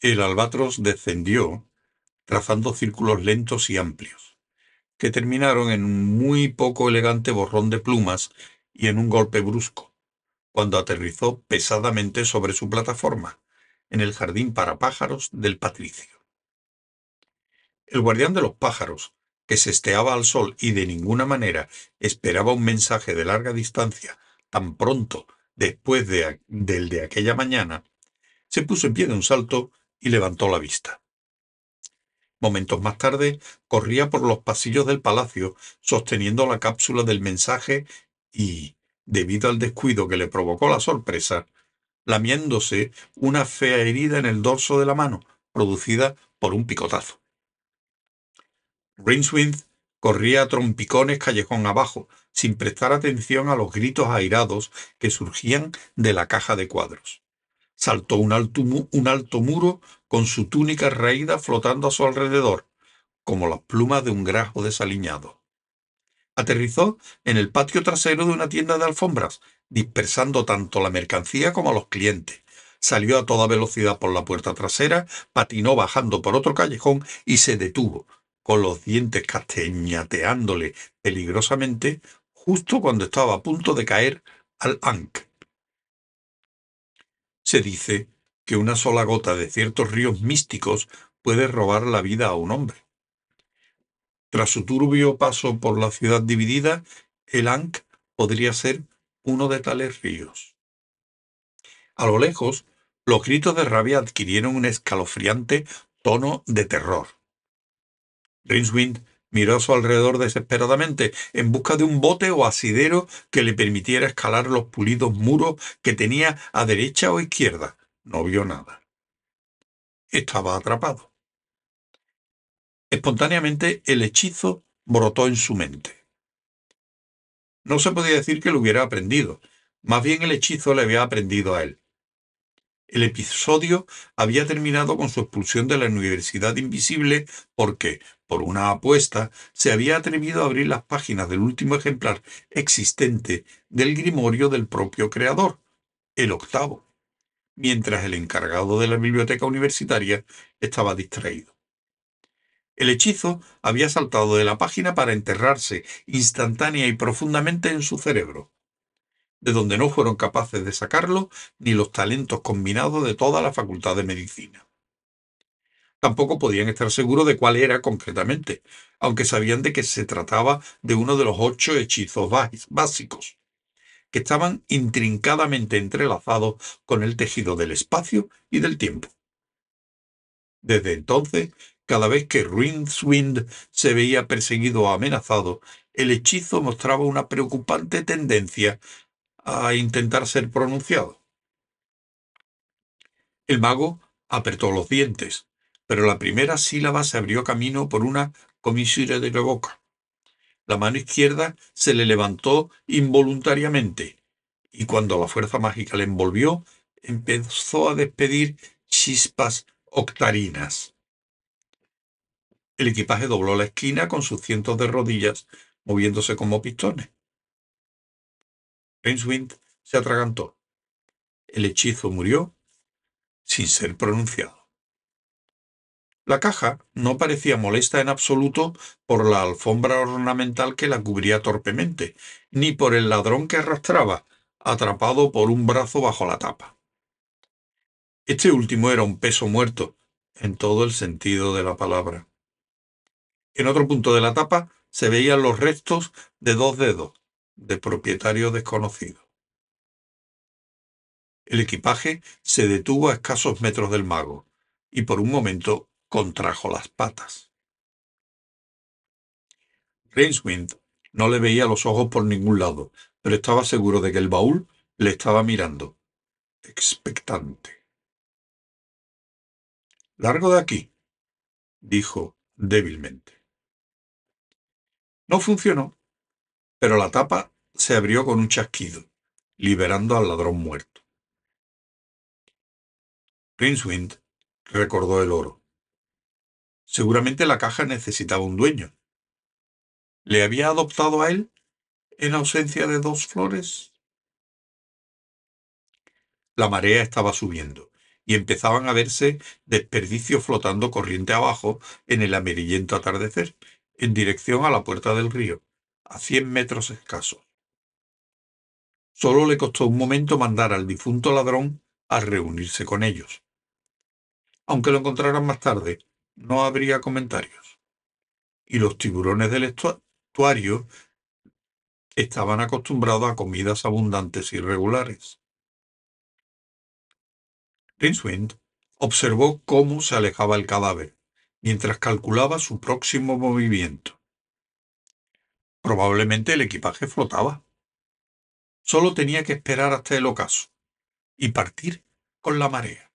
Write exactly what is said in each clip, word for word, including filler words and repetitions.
El albatros descendió, trazando círculos lentos y amplios, que terminaron en un muy poco elegante borrón de plumas y en un golpe brusco, cuando aterrizó pesadamente sobre su plataforma, en el jardín para pájaros del Patricio. El guardián de los pájaros, que sesteaba al sol y de ninguna manera esperaba un mensaje de larga distancia tan pronto después de, del de aquella mañana, se puso en pie de un salto y levantó la vista. Momentos más tarde, corría por los pasillos del palacio sosteniendo la cápsula del mensaje y, debido al descuido que le provocó la sorpresa, lamiéndose una fea herida en el dorso de la mano, producida por un picotazo. Rincewind corría a trompicones callejón abajo, sin prestar atención a los gritos airados que surgían de la caja de cuadros. Saltó un alto, un alto muro con su túnica raída flotando a su alrededor, como las plumas de un grajo desaliñado. Aterrizó en el patio trasero de una tienda de alfombras, dispersando tanto la mercancía como a los clientes. Salió a toda velocidad por la puerta trasera, patinó bajando por otro callejón y se detuvo, con los dientes castañeteándole peligrosamente, justo cuando estaba a punto de caer al Ankh. Se dice que una sola gota de ciertos ríos místicos puede robar la vida a un hombre. Tras su turbio paso por la ciudad dividida, el Ankh podría ser uno de tales ríos. A lo lejos, los gritos de rabia adquirieron un escalofriante tono de terror. Rincewind miró a su alrededor desesperadamente, en busca de un bote o asidero que le permitiera escalar los pulidos muros que tenía a derecha o izquierda. No vio nada. Estaba atrapado. Espontáneamente el hechizo brotó en su mente. No se podía decir que lo hubiera aprendido, más bien el hechizo le había aprendido a él. El episodio había terminado con su expulsión de la Universidad Invisible porque, por una apuesta, se había atrevido a abrir las páginas del último ejemplar existente del grimorio del propio creador, el octavo, mientras el encargado de la biblioteca universitaria estaba distraído. El hechizo había saltado de la página para enterrarse instantánea y profundamente en su cerebro, de donde no fueron capaces de sacarlo ni los talentos combinados de toda la facultad de medicina. Tampoco podían estar seguros de cuál era concretamente, aunque sabían de que se trataba de uno de los ocho hechizos básicos, que estaban intrincadamente entrelazados con el tejido del espacio y del tiempo. Desde entonces, cada vez que Rincewind se veía perseguido o amenazado, el hechizo mostraba una preocupante tendencia a intentar ser pronunciado. El mago apretó los dientes, pero la primera sílaba se abrió camino por una comisura de la boca. La mano izquierda se le levantó involuntariamente, y cuando la fuerza mágica le envolvió, empezó a despedir chispas octarinas. El equipaje dobló la esquina con sus cientos de rodillas, moviéndose como pistones. Rincewind se atragantó. El hechizo murió sin ser pronunciado. La caja no parecía molesta en absoluto por la alfombra ornamental que la cubría torpemente, ni por el ladrón que arrastraba, atrapado por un brazo bajo la tapa. Este último era un peso muerto, en todo el sentido de la palabra. En otro punto de la tapa se veían los restos de dos dedos, de propietario desconocido. El equipaje se detuvo a escasos metros del mago, y por un momento contrajo las patas. Rincewind no le veía los ojos por ningún lado, pero estaba seguro de que el baúl le estaba mirando, expectante. «Largo de aquí», dijo débilmente. No funcionó, pero la tapa se abrió con un chasquido, liberando al ladrón muerto. Rincewind recordó el oro. Seguramente la caja necesitaba un dueño. ¿Le había adoptado a él en ausencia de dos flores? La marea estaba subiendo, y empezaban a verse desperdicios flotando corriente abajo en el amarillento atardecer, en dirección a la puerta del río, a cien metros escasos. Solo le costó un momento mandar al difunto ladrón a reunirse con ellos. Aunque lo encontraran más tarde, no habría comentarios. Y los tiburones del estuario estaban acostumbrados a comidas abundantes y regulares. Rincewind observó cómo se alejaba el cadáver, mientras calculaba su próximo movimiento. Probablemente el equipaje flotaba. Solo tenía que esperar hasta el ocaso y partir con la marea.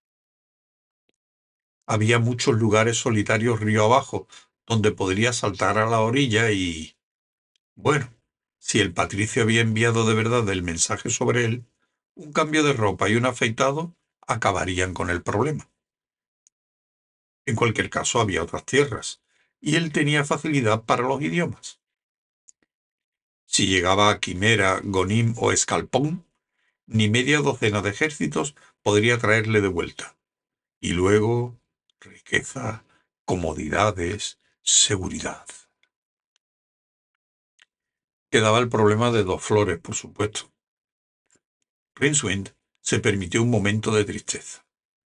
Había muchos lugares solitarios río abajo donde podría saltar a la orilla y... Bueno, si el patricio había enviado de verdad el mensaje sobre él, un cambio de ropa y un afeitado acabarían con el problema. En cualquier caso, había otras tierras, y él tenía facilidad para los idiomas. Si llegaba a Quimera, Gonim o Escalpón, ni media docena de ejércitos podría traerle de vuelta. Y luego, riqueza, comodidades, seguridad. Quedaba el problema de Dos Flores, por supuesto. Rincewind se permitió un momento de tristeza.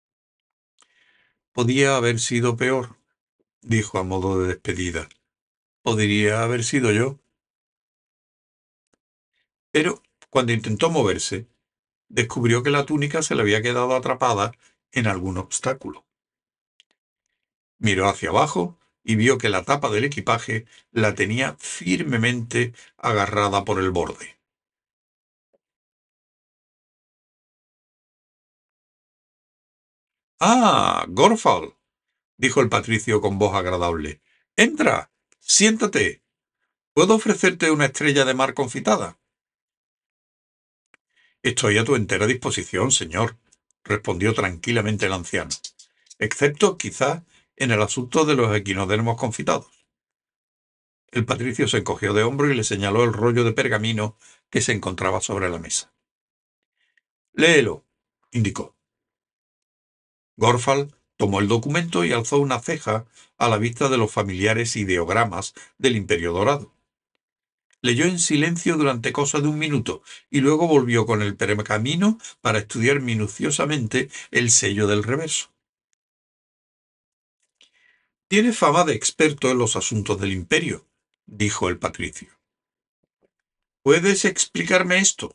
Podía haber sido peor, dijo a modo de despedida. Podría haber sido yo. Pero, cuando intentó moverse, descubrió que la túnica se le había quedado atrapada en algún obstáculo. Miró hacia abajo y vio que la tapa del equipaje la tenía firmemente agarrada por el borde. «Ah, Gorfal», dijo el patricio con voz agradable. «Entra, siéntate. ¿Puedo ofrecerte una estrella de mar confitada?» «Estoy a tu entera disposición, señor», respondió tranquilamente el anciano, «excepto, quizá, en el asunto de los equinodermos confitados». El patricio se encogió de hombro y le señaló el rollo de pergamino que se encontraba sobre la mesa. «Léelo», indicó. Gorfal tomó el documento y alzó una ceja a la vista de los familiares ideogramas del Imperio Dorado. Leyó en silencio durante cosa de un minuto y luego volvió con el pergamino para estudiar minuciosamente el sello del reverso. «Tiene fama de experto en los asuntos del imperio», dijo el patricio. «¿Puedes explicarme esto?»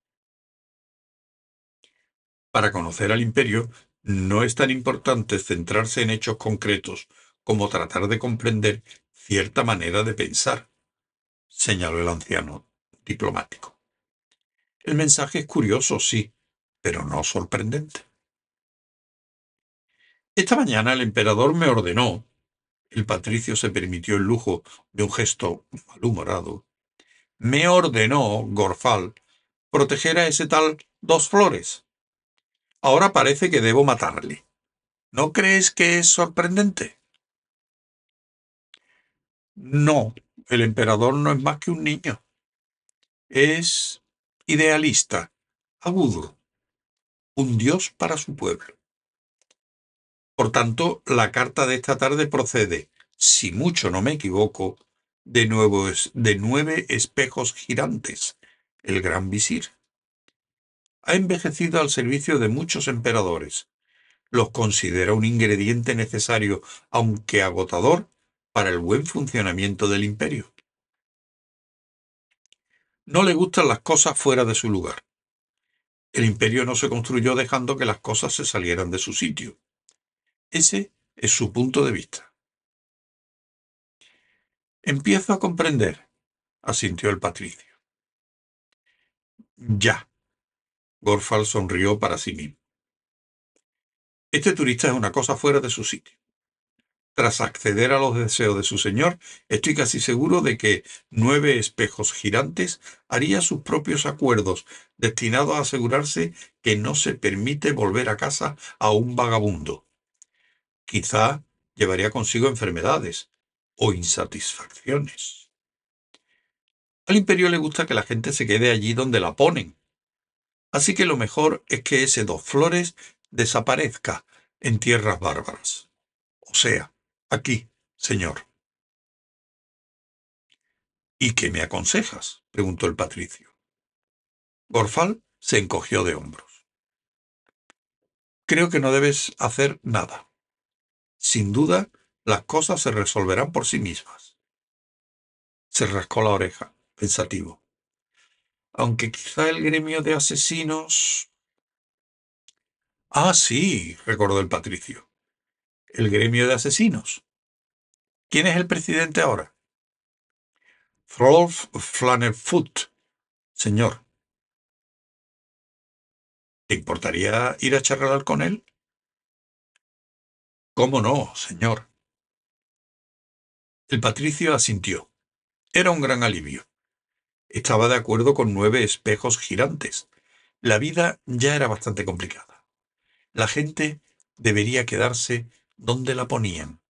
Para conocer al imperio, no es tan importante centrarse en hechos concretos como tratar de comprender cierta manera de pensar, señaló el anciano diplomático. El mensaje es curioso, sí, pero no sorprendente. Esta mañana el emperador me ordenó, el patricio se permitió el lujo de un gesto malhumorado, me ordenó, Gorfal, proteger a ese tal Dos Flores. Ahora parece que debo matarle. ¿No crees que es sorprendente? No, el emperador no es más que un niño. Es idealista, agudo, un dios para su pueblo. Por tanto, la carta de esta tarde procede, si mucho no me equivoco, de, nuevo, de nueve espejos girantes, el gran visir. Ha envejecido al servicio de muchos emperadores. Los considera un ingrediente necesario, aunque agotador, para el buen funcionamiento del imperio. No le gustan las cosas fuera de su lugar. El imperio no se construyó dejando que las cosas se salieran de su sitio. Ese es su punto de vista. Empiezo a comprender, asintió el patricio. Ya. Gorfal sonrió para sí mismo. Este turista es una cosa fuera de su sitio. Tras acceder a los deseos de su señor, estoy casi seguro de que nueve espejos girantes haría sus propios acuerdos, destinados a asegurarse que no se permite volver a casa a un vagabundo. Quizá llevaría consigo enfermedades o insatisfacciones. Al imperio le gusta que la gente se quede allí donde la ponen. Así que lo mejor es que ese Dos Flores desaparezca en tierras bárbaras. O sea, aquí, señor. ¿Y qué me aconsejas?, preguntó el patricio. Gorfal se encogió de hombros. Creo que no debes hacer nada. Sin duda, las cosas se resolverán por sí mismas. Se rascó la oreja, pensativo. Aunque quizá el gremio de asesinos... Ah, sí, recordó el patricio. El gremio de asesinos. ¿Quién es el presidente ahora? Hrolf Flanefoot, señor. ¿Te importaría ir a charlar con él? ¿Cómo no, señor? El patricio asintió. Era un gran alivio. Estaba de acuerdo con nueve espejos girantes. La vida ya era bastante complicada. La gente debería quedarse donde la ponían.